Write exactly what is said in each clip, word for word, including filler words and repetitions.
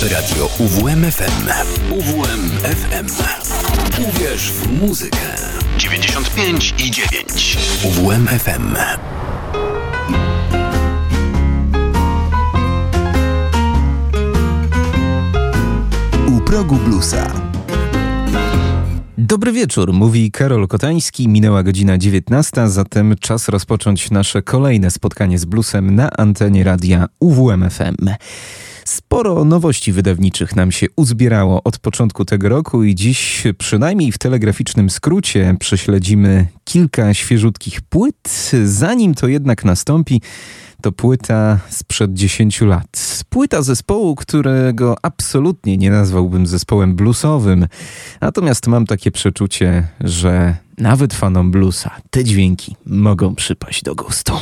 Radio U W M F M. U W M F M. Uwierz w muzykę. dziewięćdziesiąt pięć i dziewięć. U W M F M. U progu bluesa. Dobry wieczór, mówi Karol Kotański. Minęła godzina dziewiętnasta, zatem czas rozpocząć nasze kolejne spotkanie z bluesem na antenie radia U W M F M. Sporo nowości wydawniczych nam się uzbierało od początku tego roku i dziś, przynajmniej w telegraficznym skrócie, prześledzimy kilka świeżutkich płyt. Zanim to jednak nastąpi, to płyta sprzed dziesięciu lat. Płyta zespołu, którego absolutnie nie nazwałbym zespołem bluesowym. Natomiast mam takie przeczucie, że nawet fanom bluesa te dźwięki mogą przypaść do gustu.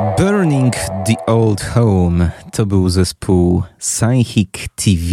Burning the Old Home to był zespół Psychic T V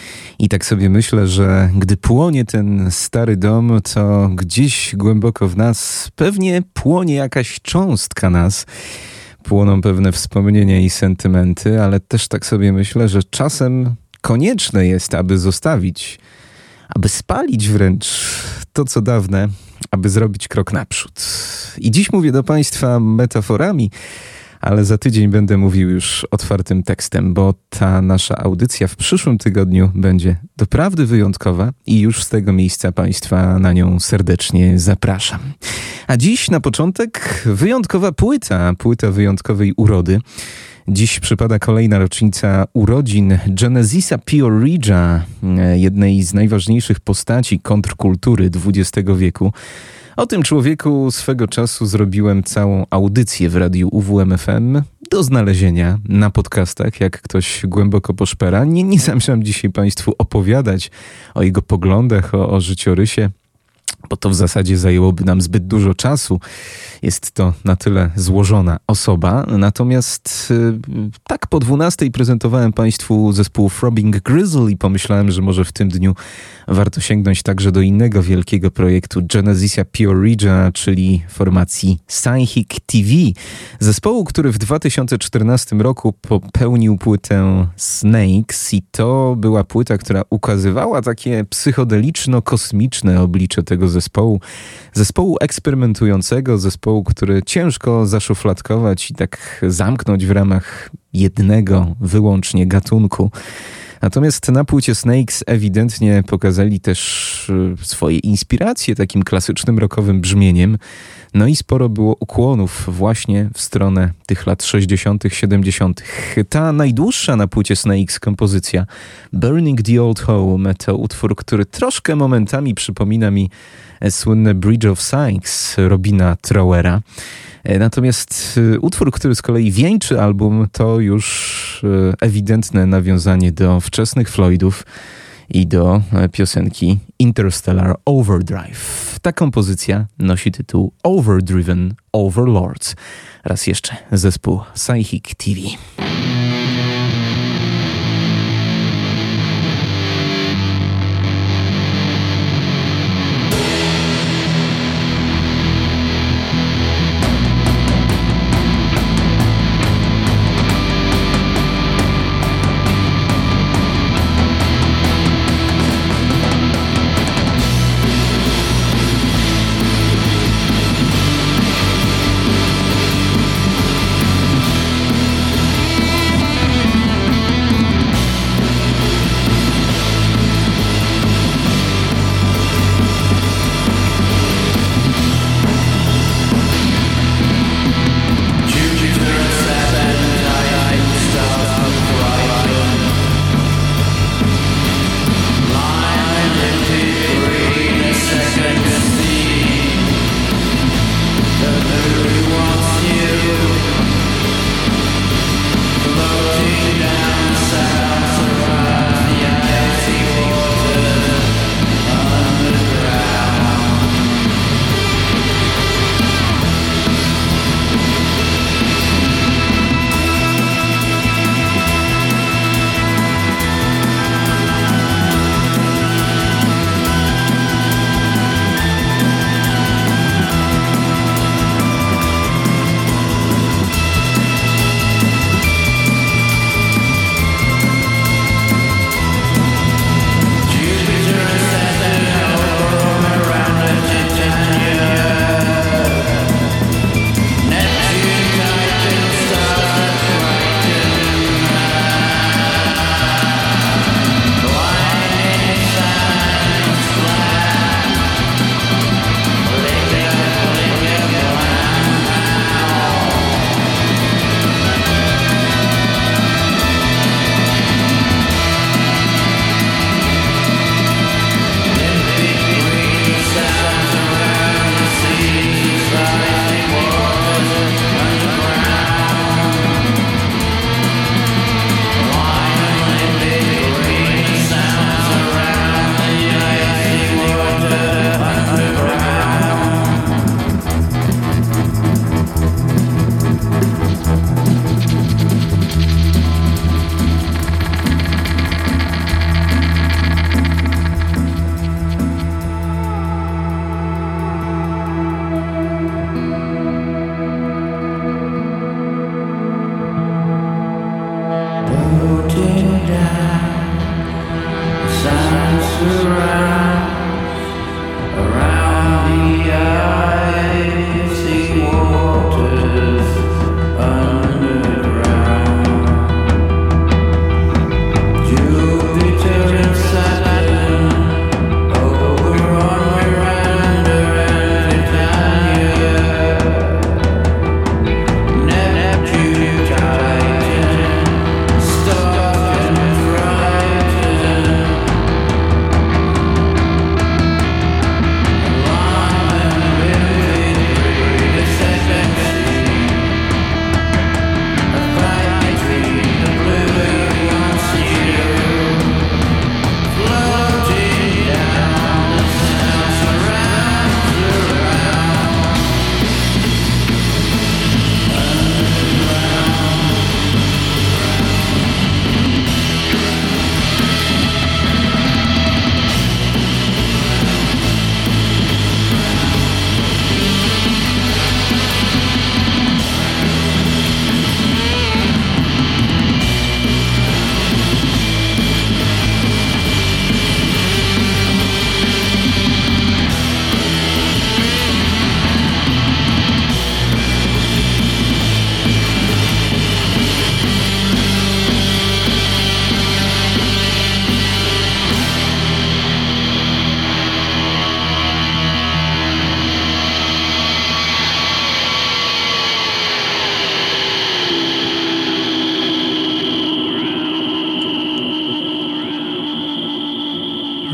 i tak sobie myślę, że gdy płonie ten stary dom, to gdzieś głęboko w nas pewnie płonie jakaś cząstka nas. Płoną pewne wspomnienia i sentymenty, ale też tak sobie myślę, że czasem konieczne jest, aby zostawić, aby spalić wręcz to, co dawne, aby zrobić krok naprzód. I dziś mówię do Państwa metaforami, ale za tydzień będę mówił już otwartym tekstem, bo ta nasza audycja w przyszłym tygodniu będzie doprawdy wyjątkowa i już z tego miejsca Państwa na nią serdecznie zapraszam. A dziś na początek wyjątkowa płyta, płyta wyjątkowej urody. Dziś przypada kolejna rocznica urodzin Genesisa Pioregia, jednej z najważniejszych postaci kontrkultury dwudziestego wieku. O tym człowieku swego czasu zrobiłem całą audycję w radiu U W M F M do znalezienia na podcastach, jak ktoś głęboko poszpera. Nie, nie zamierzam dzisiaj Państwu opowiadać o jego poglądach, o, o życiorysie, bo to w zasadzie zajęłoby nam zbyt dużo czasu. Jest to na tyle złożona osoba. Natomiast tak po dwunastej prezentowałem Państwu zespół Throbbing Gristle i pomyślałem, że może w tym dniu warto sięgnąć także do innego wielkiego projektu Genesisa Pioregia, czyli formacji Psychic T V. Zespołu, który w dwa tysiące czternastym roku popełnił płytę Snakes i to była płyta, która ukazywała takie psychodeliczno-kosmiczne oblicze tego zespołu. Zespołu eksperymentującego, zespołu, który ciężko zaszufladkować i tak zamknąć w ramach jednego wyłącznie gatunku. Natomiast na płycie Snakes ewidentnie pokazali też swoje inspiracje takim klasycznym rockowym brzmieniem. No i sporo było ukłonów właśnie w stronę tych lat sześćdziesiątych, siedemdziesiątych. Ta najdłuższa na płycie Snakes kompozycja Burning the Old Home to utwór, który troszkę momentami przypomina mi słynne Bridge of Sighs Robina Trowera. Natomiast utwór, który z kolei wieńczy album, to już ewidentne nawiązanie do wczesnych Floydów i do piosenki Interstellar Overdrive. Ta kompozycja nosi tytuł Overdriven Overlords. Raz jeszcze zespół Psychic T V.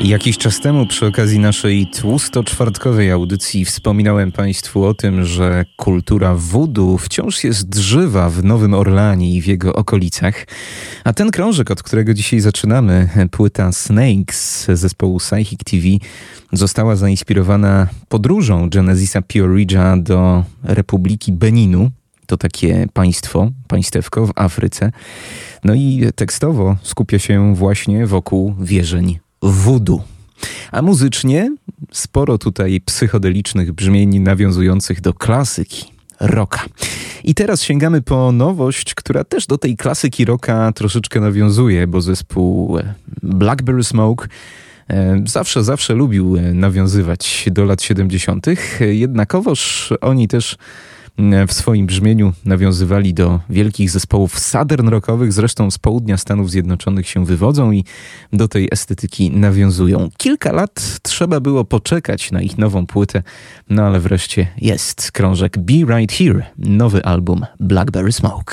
Jakiś czas temu przy okazji naszej tłusto-czwartkowej audycji wspominałem Państwu o tym, że kultura voodoo wciąż jest żywa w Nowym Orleanie i w jego okolicach. A ten krążek, od którego dzisiaj zaczynamy, płyta Snakes zespołu Psychic T V, została zainspirowana podróżą Genesisa Pioridge'a do Republiki Beninu. To takie państwo, państewko w Afryce. No i tekstowo skupia się właśnie wokół wierzeń voodoo. A muzycznie sporo tutaj psychodelicznych brzmień nawiązujących do klasyki rocka. I teraz sięgamy po nowość, która też do tej klasyki rocka troszeczkę nawiązuje, bo zespół Blackberry Smoke zawsze, zawsze lubił nawiązywać do lat siedemdziesiątych. Jednakowoż oni też w swoim brzmieniu nawiązywali do wielkich zespołów southern rockowych, zresztą z południa Stanów Zjednoczonych się wywodzą i do tej estetyki nawiązują. Kilka lat trzeba było poczekać na ich nową płytę, no ale wreszcie jest krążek Be Right Here, nowy album Blackberry Smoke.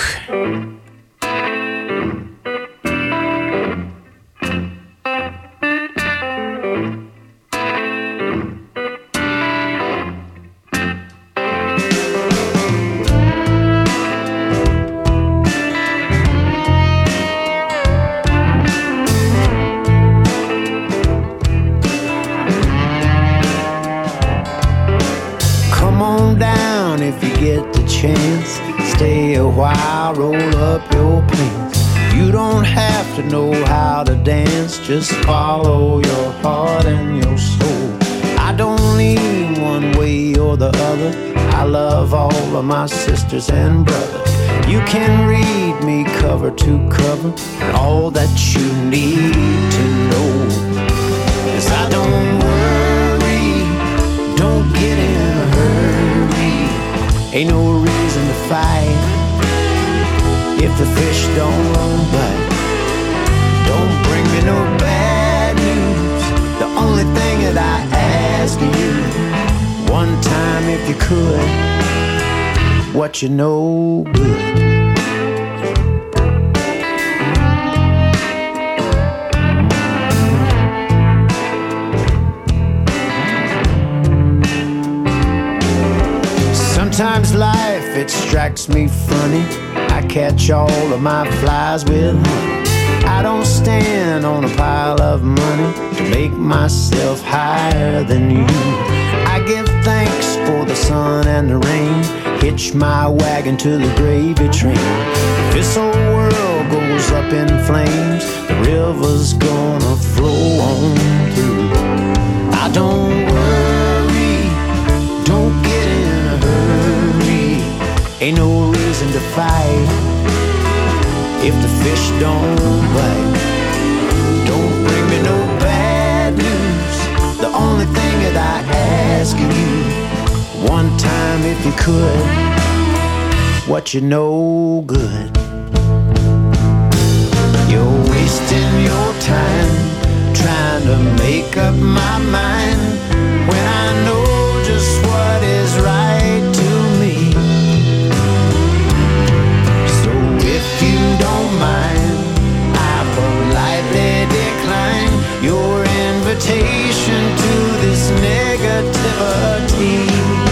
Chance, stay a while, roll up your pants. You don't have to know how to dance, just follow your heart and your soul. I don't lean one way or the other, I love all of my sisters and brothers. You can read me cover to cover, all that you need to know. 'Cause I don't worry, don't get in a hurry, ain't no reason to fight if the fish don't bite. Don't bring me no bad news. The only thing that I ask you, one time if you could, what you know good. Sometimes life, it strikes me funny. I catch all of my flies with honey. I don't stand on a pile of money to make myself higher than you. I give thanks for the sun and the rain, hitch my wagon to the gravy train. If this whole world goes up in flames, the river's gonna flow on through. I don't worry, don't get in a hurry, ain't no reason to fight if the fish don't bite. Don't bring me no bad news. The only thing that I ask of you, one time if you could, what you know good. You're wasting your time trying to make up my mind when I know just what is right to me. So if you don't mind, I politely decline your invitation to this negativity.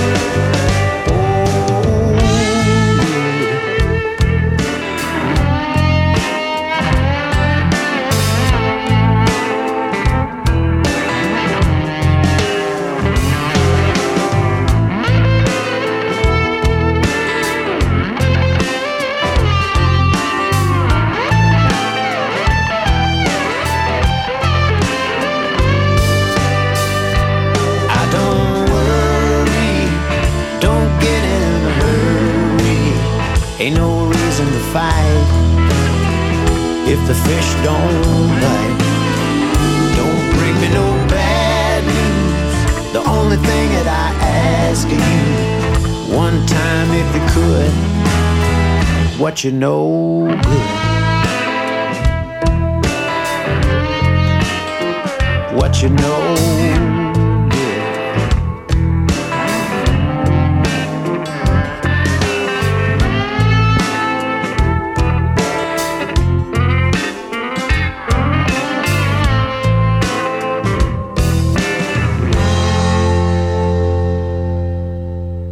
Ain't no reason to fight if the fish don't bite. Don't bring me no bad news. The only thing that I ask of you, one time if you could, what you know good. What you know good.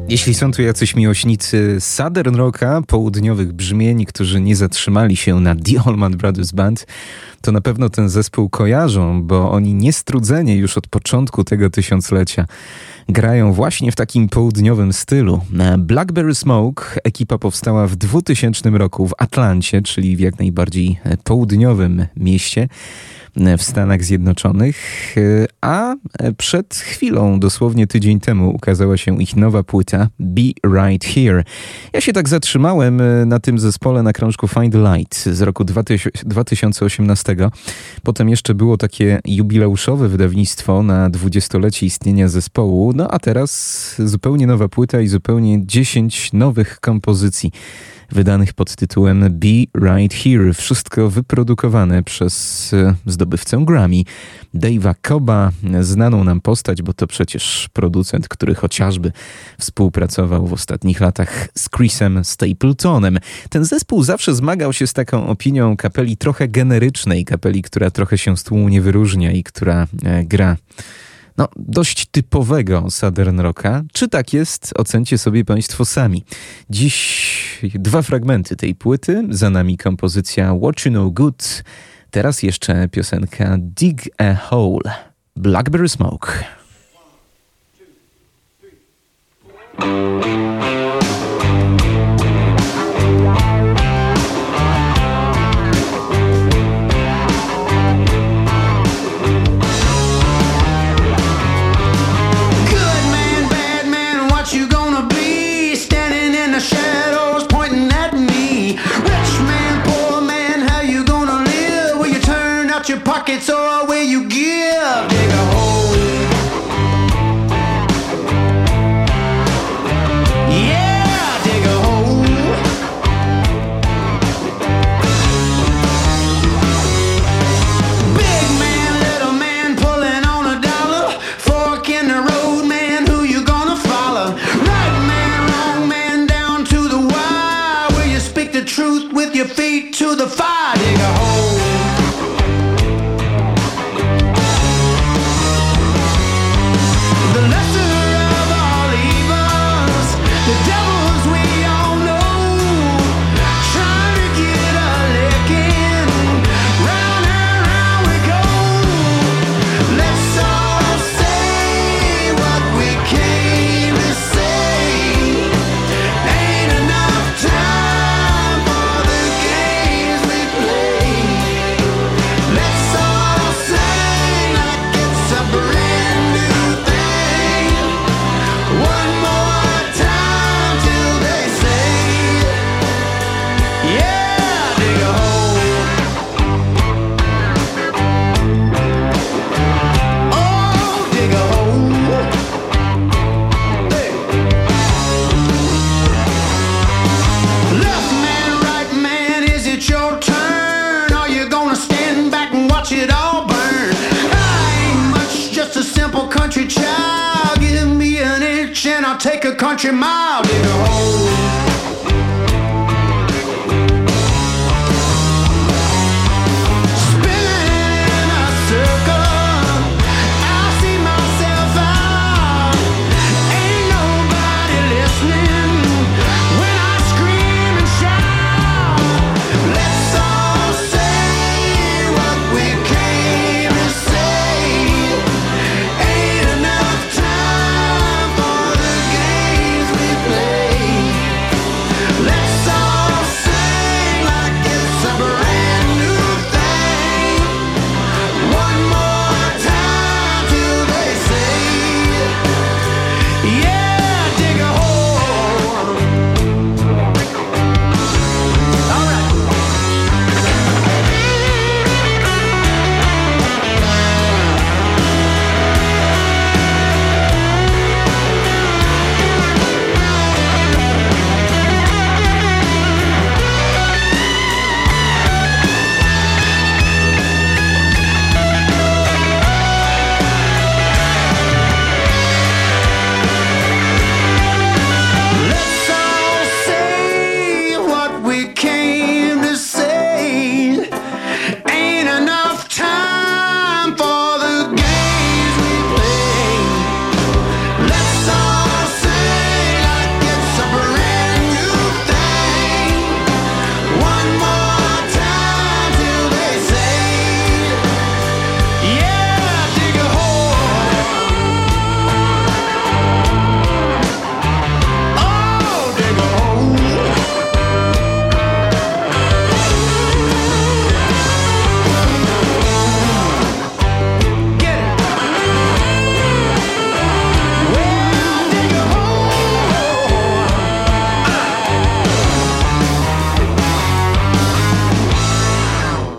Jeśli są tu jacyś miłośnicy Southern Rocka, południowych brzmień, którzy nie zatrzymali się na The Allman Brothers Band, to na pewno ten zespół kojarzą, bo oni niestrudzenie już od początku tego tysiąclecia grają właśnie w takim południowym stylu. Blackberry Smoke ekipa powstała w dwutysięcznym roku w Atlancie, czyli w jak najbardziej południowym mieście w Stanach Zjednoczonych, a przed chwilą, dosłownie tydzień temu, ukazała się ich nowa płyta Be Right Here. Ja się tak zatrzymałem na tym zespole na krążku Find the Light z roku dwa tysiące osiemnastego. Potem jeszcze było takie jubileuszowe wydawnictwo na dwudziestolecie istnienia zespołu, no a teraz zupełnie nowa płyta i zupełnie dziesięć nowych kompozycji wydanych pod tytułem Be Right Here. Wszystko wyprodukowane przez zdobywcę Grammy, Dave'a Cobba, znaną nam postać, bo to przecież producent, który chociażby współpracował w ostatnich latach z Chrisem Stapletonem. Ten zespół zawsze zmagał się z taką opinią kapeli trochę generycznej, kapeli, która trochę się z tłumu nie wyróżnia i która gra no, dość typowego Southern Rocka. Czy tak jest? Ocencie sobie Państwo sami. Dziś dwa fragmenty tej płyty. Za nami kompozycja What You Know Good. Teraz jeszcze piosenka Dig a Hole. Blackberry Smoke. Pockets or where you give, dig a hole. Yeah, dig a hole. Big man, little man, pulling on a dollar. Fork in the road, man, who you gonna follow? Right man, wrong man, down to the wire, where you speak the truth with your feet to the fire, dig a hole. I'll take a country mile, dig a hole. Ain't enough time for the games we play.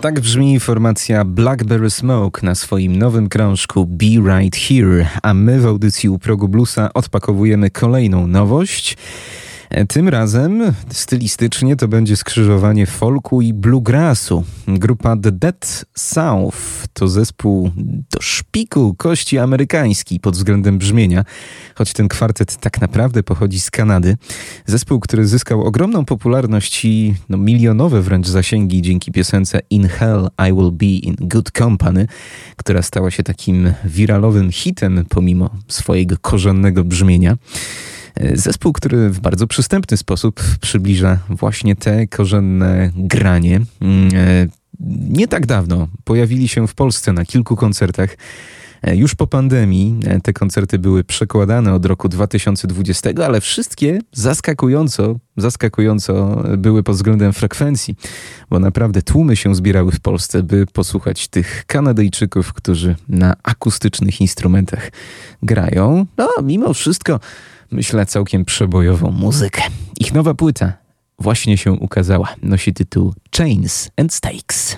Tak brzmi formacja Blackberry Smoke na swoim nowym krążku Be Right Here, a my w audycji U Progu Bluesa odpakowujemy kolejną nowość. Tym razem stylistycznie to będzie skrzyżowanie folku i bluegrassu. Grupa The Dead South to zespół do szpiku kości amerykański pod względem brzmienia, choć ten kwartet tak naprawdę pochodzi z Kanady. Zespół, który zyskał ogromną popularność i no, milionowe wręcz zasięgi dzięki piosence In Hell I Will Be in Good Company, która stała się takim wiralowym hitem pomimo swojego korzennego brzmienia. Zespół, który w bardzo przystępny sposób przybliża właśnie te korzenne granie. Nie tak dawno pojawili się w Polsce na kilku koncertach. Już po pandemii te koncerty były przekładane od roku dwa tysiące dwudziestego, ale wszystkie zaskakująco, zaskakująco były pod względem frekwencji, bo naprawdę tłumy się zbierały w Polsce, by posłuchać tych Kanadyjczyków, którzy na akustycznych instrumentach grają. No, mimo wszystko myślę całkiem przebojową muzykę. Ich nowa płyta właśnie się ukazała. Nosi tytuł Chains and Stakes.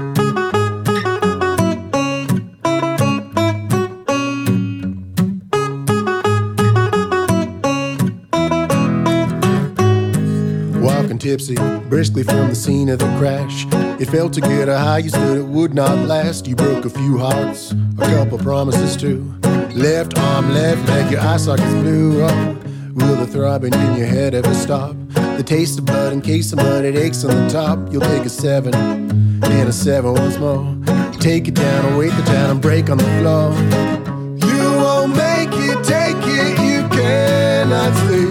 Walking tipsy, briskly from the scene of the crash. It felt to get a high you stood, it would not last. You broke a few hearts, a couple promises too. Left arm, left leg, your eye sockets blue. Oh, will the throbbing in your head ever stop? The taste of blood in case of mud, it aches on the top. You'll take a seven, and a seven once more. Take it down, await the town and break on the floor. You won't make it, take it, you cannot sleep.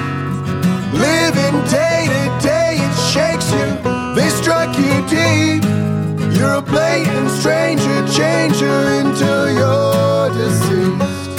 Living day to day, it shakes you, they struck you deep. You're a blatant stranger, changer until you're deceased.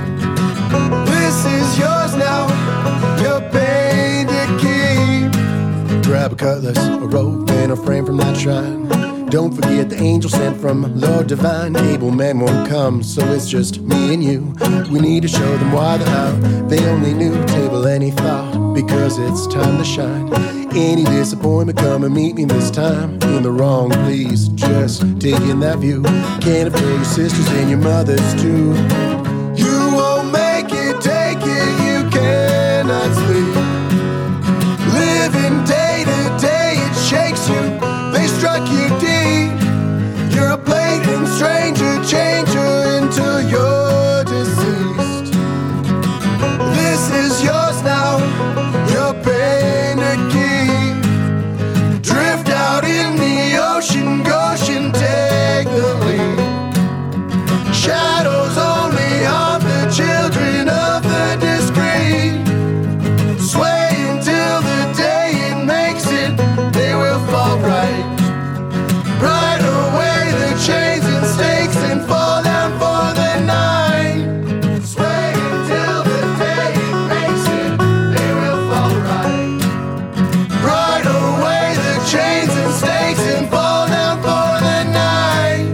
This is yours now, your pain to keep. Grab a cutlass, a rope, and a frame from that shrine. Don't forget the angel sent from Lord Divine. Able men won't come, so it's just me and you. We need to show them why they're out. They only knew table any thought, because it's time to shine. Any disappointment, come and meet me this time. In the wrong, please, just take in that view. Can't fail your sisters and your mothers too. You won't make it, take it, you cannot sleep. Living day to day, it shakes you, they struck you deep. You're a blatant stranger, changer until you're deceased. This is yours now, your pain to keep. Drift out in the ocean, Goshen, take the lead. Shadows only harm the children of the discreet. Sway until the day it makes it, they will fall right. Right away the chains and stakes and fall down for the night. Sway until the day it makes it, they will fall right. Right away the chains and stakes and fall down for the night.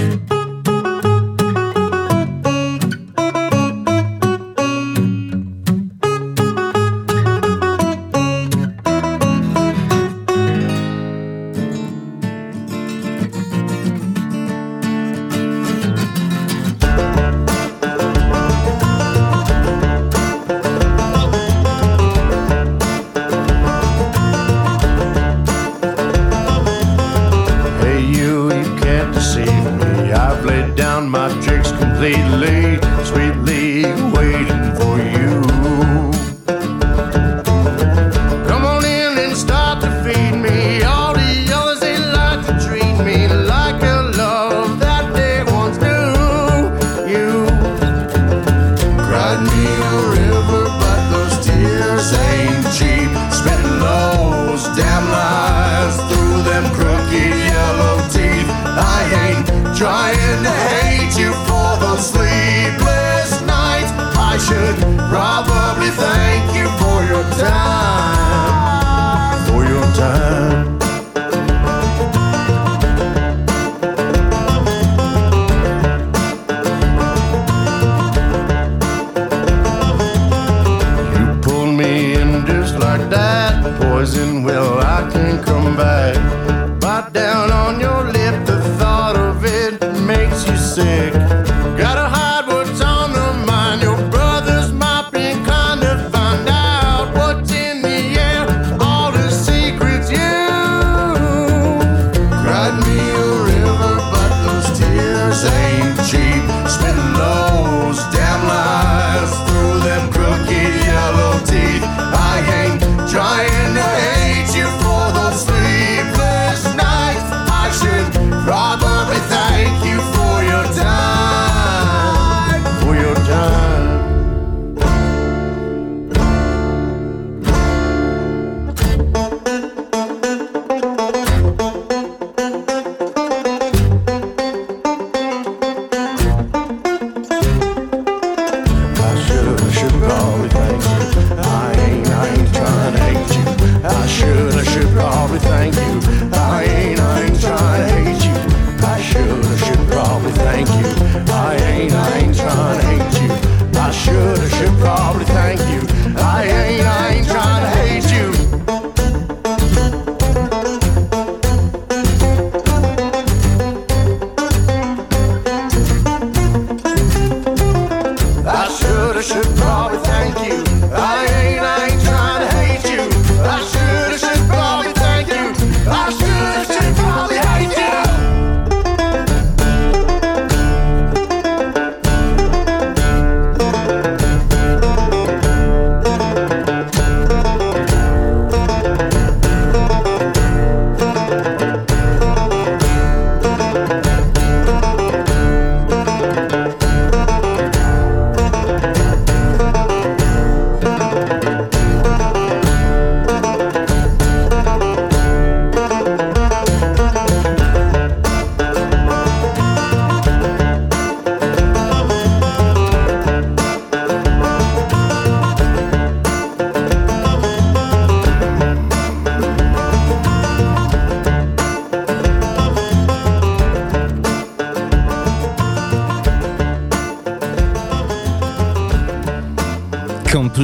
Hey you, you can't deceive me. I've laid down my tricks completely, sweetly waiting for you. Come on in and start to feed me. All the others, they like to treat me like a love that they once knew. You cried me a river, but those tears ain't cheap. Spitting those damn lies through them crooked yellow teeth. I ain't trying to hate you for those sleepless nights. I should probably thank you for your time, for your time. You pulled me in just like that, poison, well I can't come back. Bite down on your lips.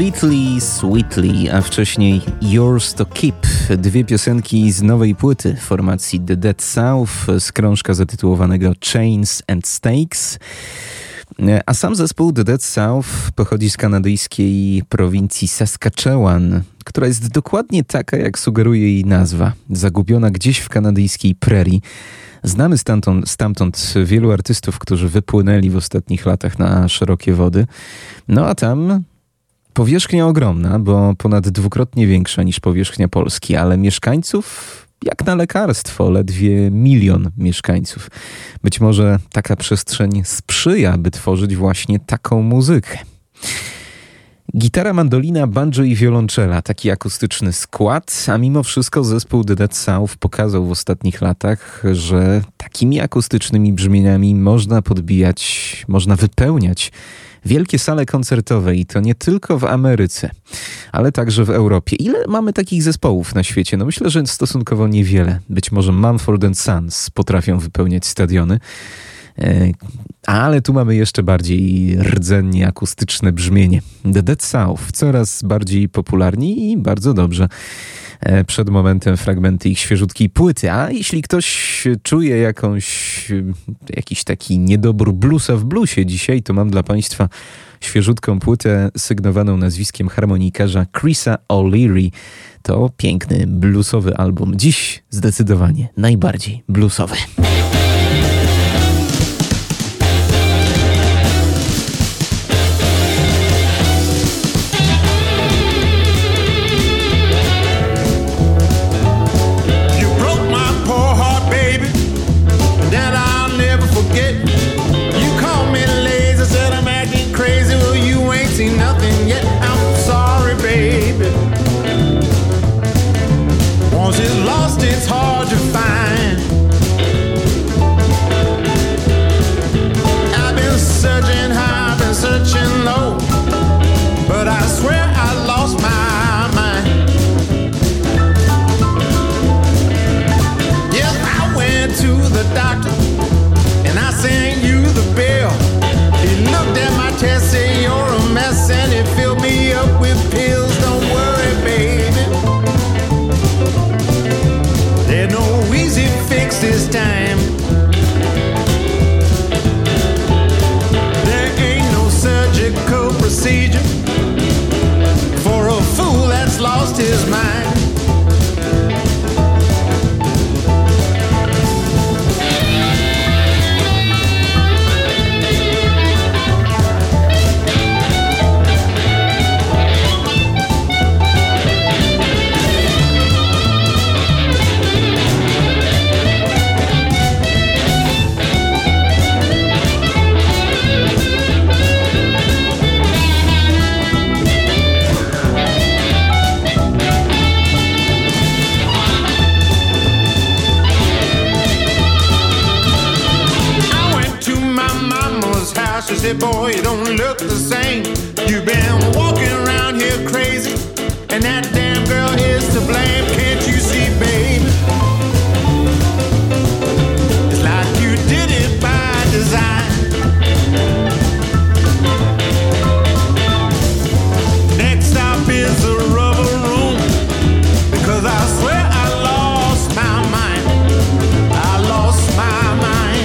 Sweetly, Sweetly, a wcześniej Yours to Keep. Dwie piosenki z nowej płyty formacji The Dead South z krążka zatytułowanego Chains and Stakes. A sam zespół The Dead South pochodzi z kanadyjskiej prowincji Saskatchewan, która jest dokładnie taka, jak sugeruje jej nazwa, zagubiona gdzieś w kanadyjskiej prerii. Znamy stamtąd, stamtąd wielu artystów, którzy wypłynęli w ostatnich latach na szerokie wody. No a tam powierzchnia ogromna, bo ponad dwukrotnie większa niż powierzchnia Polski, ale mieszkańców jak na lekarstwo, ledwie milion mieszkańców. Być może taka przestrzeń sprzyja, by tworzyć właśnie taką muzykę. Gitara, mandolina, banjo i wiolonczela. Taki akustyczny skład, a mimo wszystko zespół The Dead South pokazał w ostatnich latach, że takimi akustycznymi brzmieniami można podbijać, można wypełniać wielkie sale koncertowe i to nie tylko w Ameryce, ale także w Europie. Ile mamy takich zespołów na świecie? No myślę, że stosunkowo niewiele. Być może Mumford and Sons potrafią wypełniać stadiony, ale tu mamy jeszcze bardziej rdzennie akustyczne brzmienie. The Dead South coraz bardziej popularni i bardzo dobrze. Przed momentem fragmenty ich świeżutkiej płyty. A jeśli ktoś czuje jakąś, jakiś taki niedobór bluesa w bluesie dzisiaj, to mam dla Państwa świeżutką płytę sygnowaną nazwiskiem harmonikarza Chrisa O'Leary. To piękny bluesowy album. Dziś zdecydowanie najbardziej bluesowy. Boy, you don't look the same. You've been walking around here crazy, and that damn girl is to blame. Can't you see, babe? It's like you did it by design. Next stop is the rubber room, because I swear I lost my mind. I lost my mind.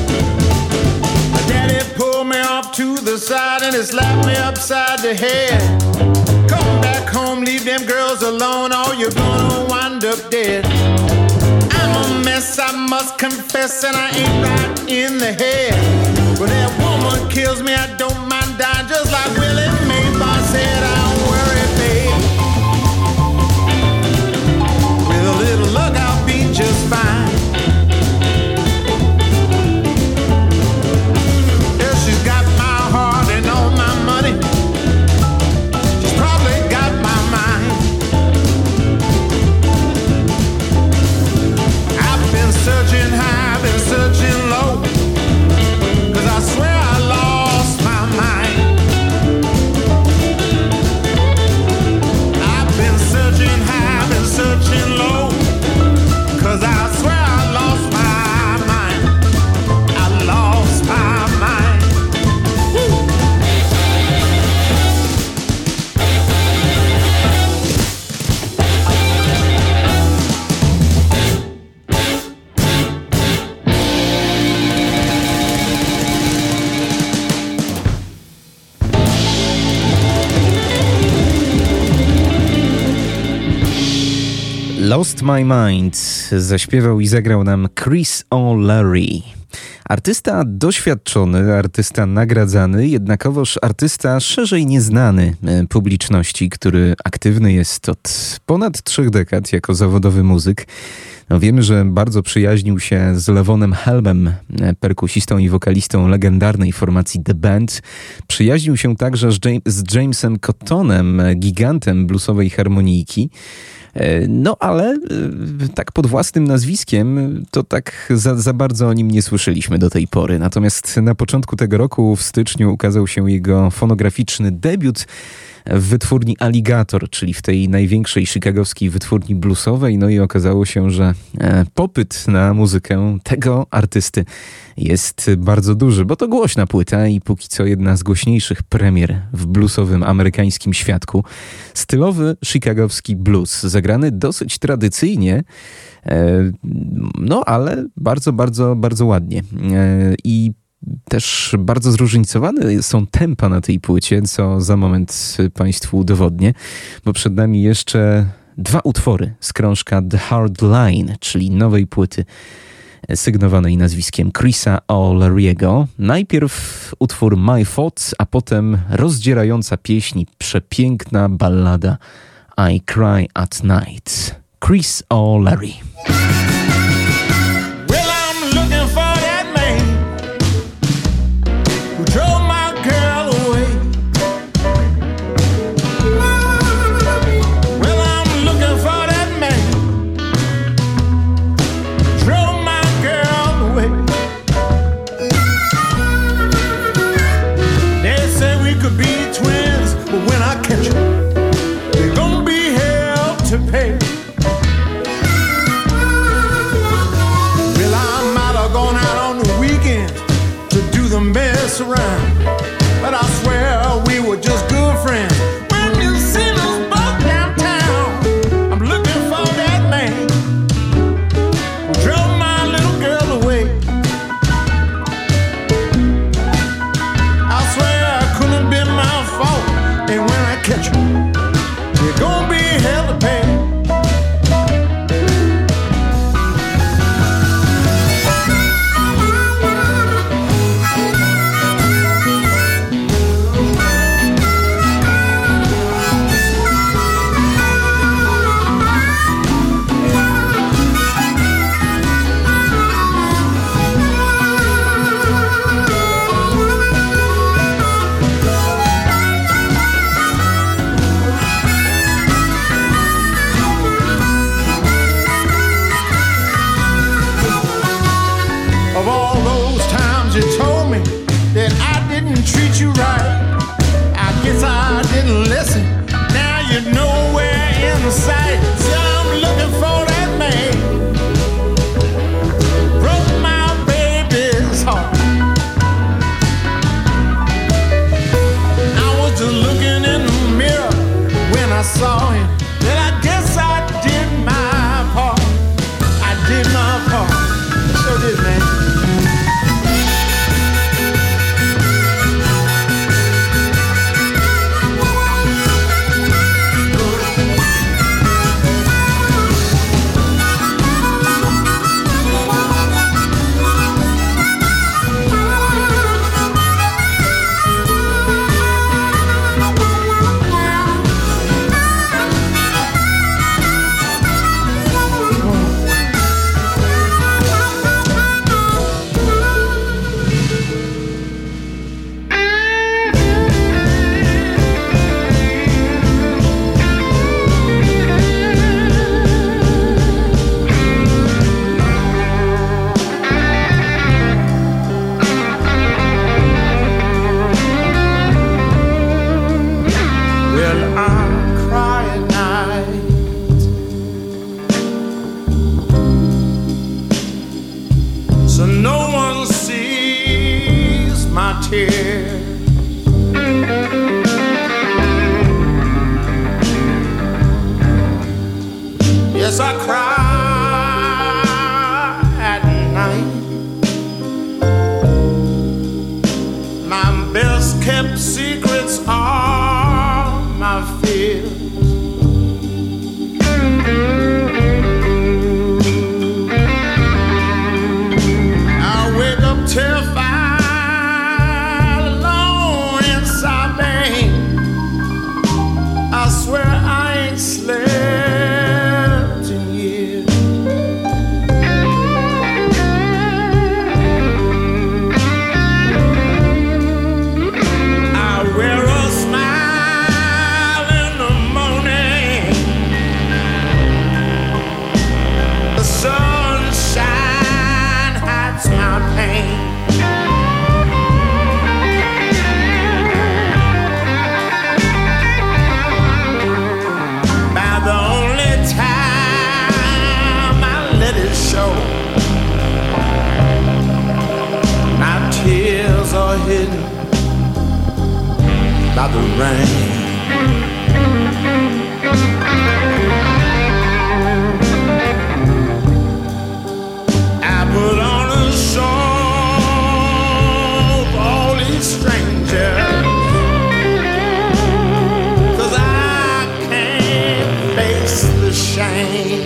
Daddy pulled me off to the side and it slapped me upside the head. Come back home, leave them girls alone, or you're gonna wind up dead. I'm a mess, I must confess, and I ain't right in the head. But that woman kills me, I don't mind dying, just like Willie Maybach said. I don't worry, babe. With a little luck, I'll be just fine. Searching high, been searching low, 'cause I swear I lost my mind. Lost My Mind zaśpiewał i zagrał nam Chris O'Leary. Artysta doświadczony, artysta nagradzany, jednakowoż artysta szerzej nieznany publiczności, który aktywny jest od ponad trzech dekad jako zawodowy muzyk. No wiemy, że bardzo przyjaźnił się z Levonem Helmem, perkusistą i wokalistą legendarnej formacji The Band. Przyjaźnił się także z, James, z Jamesem Cottonem, gigantem bluesowej harmonijki. No ale tak pod własnym nazwiskiem to tak za, za bardzo o nim nie słyszeliśmy do tej pory. Natomiast na początku tego roku w styczniu ukazał się jego fonograficzny debiut w wytwórni Alligator, czyli w tej największej chicagowskiej wytwórni bluesowej. No i okazało się, że popyt na muzykę tego artysty jest bardzo duży, bo to głośna płyta i póki co jedna z głośniejszych premier w bluesowym amerykańskim świadku. Stylowy chicagowski blues, zagrany dosyć tradycyjnie, no ale bardzo, bardzo, bardzo ładnie. I też bardzo zróżnicowane są tempa na tej płycie, co za moment Państwu udowodnię, bo przed nami jeszcze dwa utwory z krążka The Hard Line, czyli nowej płyty sygnowanej nazwiskiem Chrisa O'Leary'ego. Najpierw utwór My Thoughts, a potem rozdzierająca pieśń, przepiękna ballada I Cry at Night. Chris O'Leary. Around, but I swear we were just good friends. When you see us both downtown, I'm looking for that man who drove my little girl away. I swear it couldn't have been my fault, and when I catch you, you're gonna be hell to pay. Treat you right, I guess I didn't listen. Now you're nowhere in the sight. So I'm looking for that man. Broke my baby's heart. I was just looking in the mirror when I saw him. Then I guess I did my part. I did my part. So did man. Yes, I cry at night. My best kept secrets are my fears. by the rain. I put on a show for all these strangers, 'cause I can't face the shame.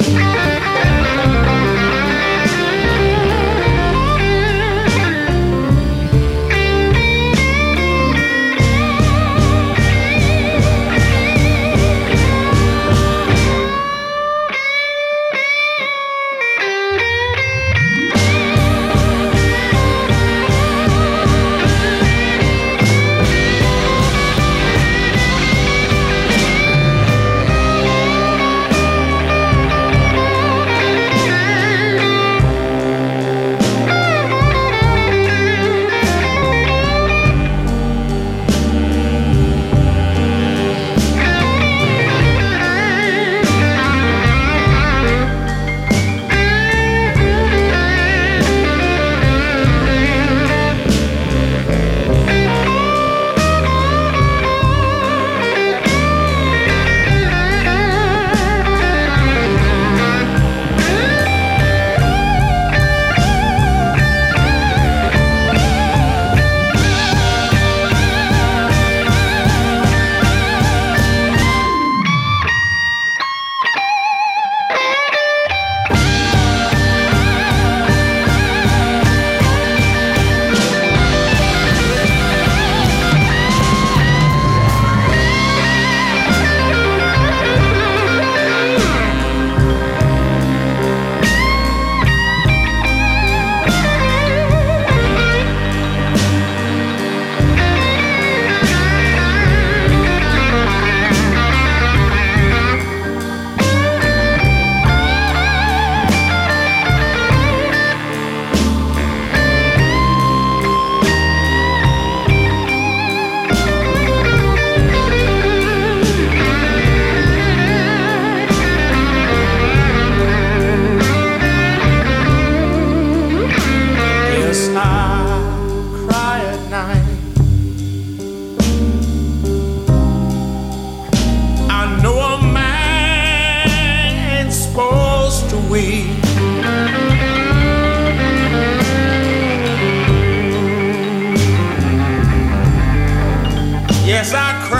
Yes, I cry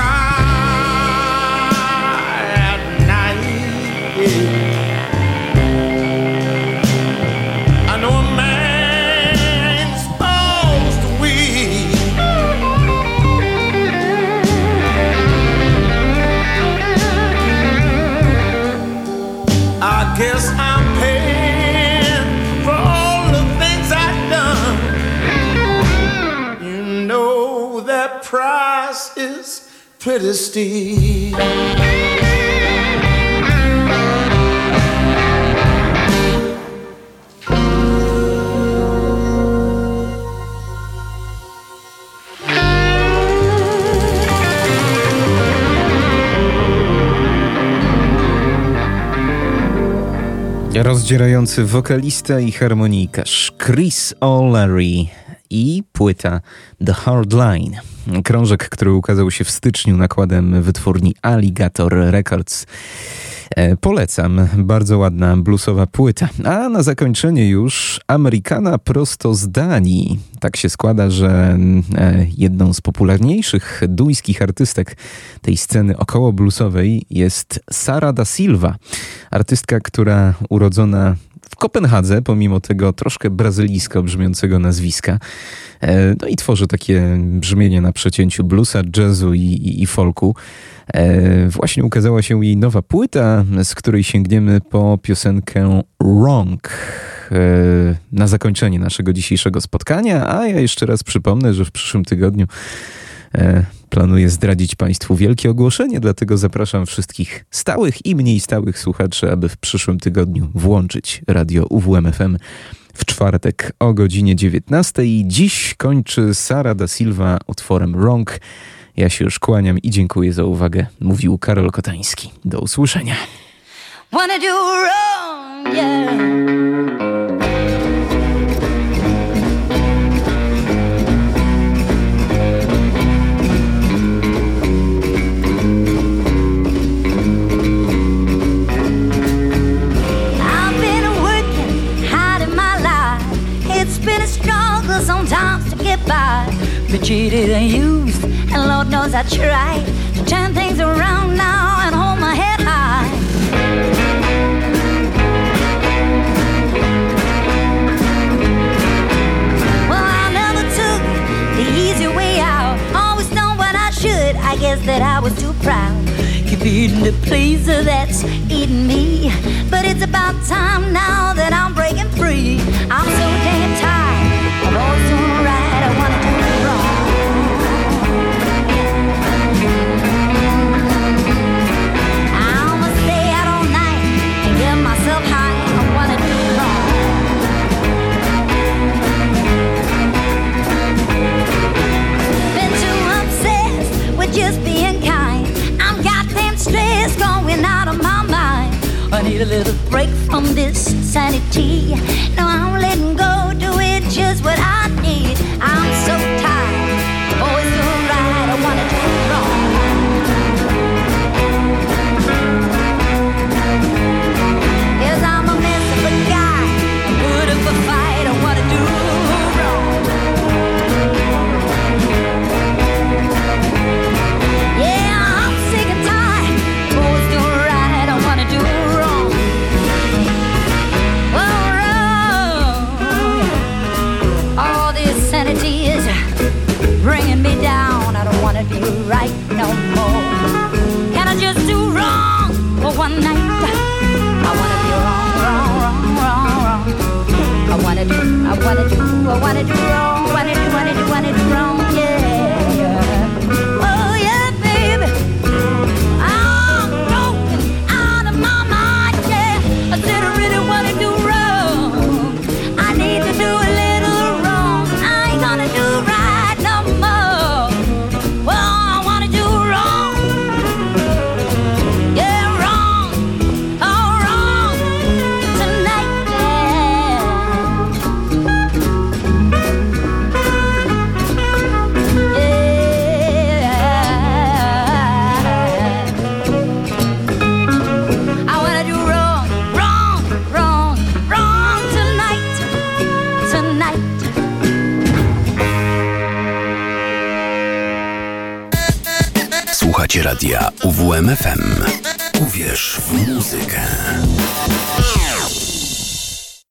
at night. I know a man's supposed to weep. I guess I'm paying for all the things I've done. You know that price is pretty steep. Rozdzierający wokalista i harmonijkarz Chris O'Leary i płyta The Hard Line. Krążek, który ukazał się w styczniu nakładem wytwórni Alligator Records. E, polecam, bardzo ładna bluesowa płyta. A na zakończenie już Amerykana prosto z Danii. Tak się składa, że e, jedną z popularniejszych duńskich artystek tej sceny około bluesowej jest Sara da Silva. Artystka, która urodzona w Kopenhadze, pomimo tego troszkę brazylijsko brzmiącego nazwiska. E, no i tworzy takie brzmienie na przecięciu bluesa, jazzu i, i, i folku. E, właśnie ukazała się jej nowa płyta, z której sięgniemy po piosenkę Wrong e, na zakończenie naszego dzisiejszego spotkania, a ja jeszcze raz przypomnę, że w przyszłym tygodniu e, planuję zdradzić Państwu wielkie ogłoszenie, dlatego zapraszam wszystkich stałych i mniej stałych słuchaczy, aby w przyszłym tygodniu włączyć radio U W M F M w czwartek o godzinie dziewiętnastej. Dziś kończy Sara da Silva utworem Wrong. Ja się już kłaniam i dziękuję za uwagę. Mówił Karol Kotański. Do usłyszenia. Wanna do wrong, yeah. cheated and used, and Lord knows I tried to turn things around now and hold my head high. Well, I never took the easy way out, always done what I should. I guess that I was too proud. Keep eating the pleaser that's eating me, but it's about time now that I'm breaking free. I'm so damn tired of always doing right. I wanna do wrong. I'ma stay out all night and get myself high. I wanna do wrong. Been too obsessed with just being kind. I'm goddamn stressed, going out of my mind. I need a little break from this sanity. No, I'm letting go, do it just what I need. I'm so tired, always doing right, I wanna do wrong. Yes, I'm a mess of a guy, I'm good of a fight, I wanna do wrong. Yeah, I'm sick and tired, always doing right, I wanna do wrong. Oh, wrong. All this sanity is bringing me down. I don't wanna do right no more. Can I just do wrong for one night? I wanna be wrong, wrong, wrong, wrong, wrong. I wanna do, I wanna do, I wanna do wrong. Wanna do, wanna do, wanna do wrong, yeah, yeah. Oh yeah, baby. I'm broken out of my mind, yeah. I said I really wanna do wrong. I need to do a little wrong. I ain't gonna do right no more. Well, I wanna do wrong. Yeah, wrong. Oh, wrong. Tonight, yeah. Yeah. I wanna do wrong, wrong, wrong, wrong tonight, tonight. Słuchacie radia U W M F M. Uwierz w muzykę.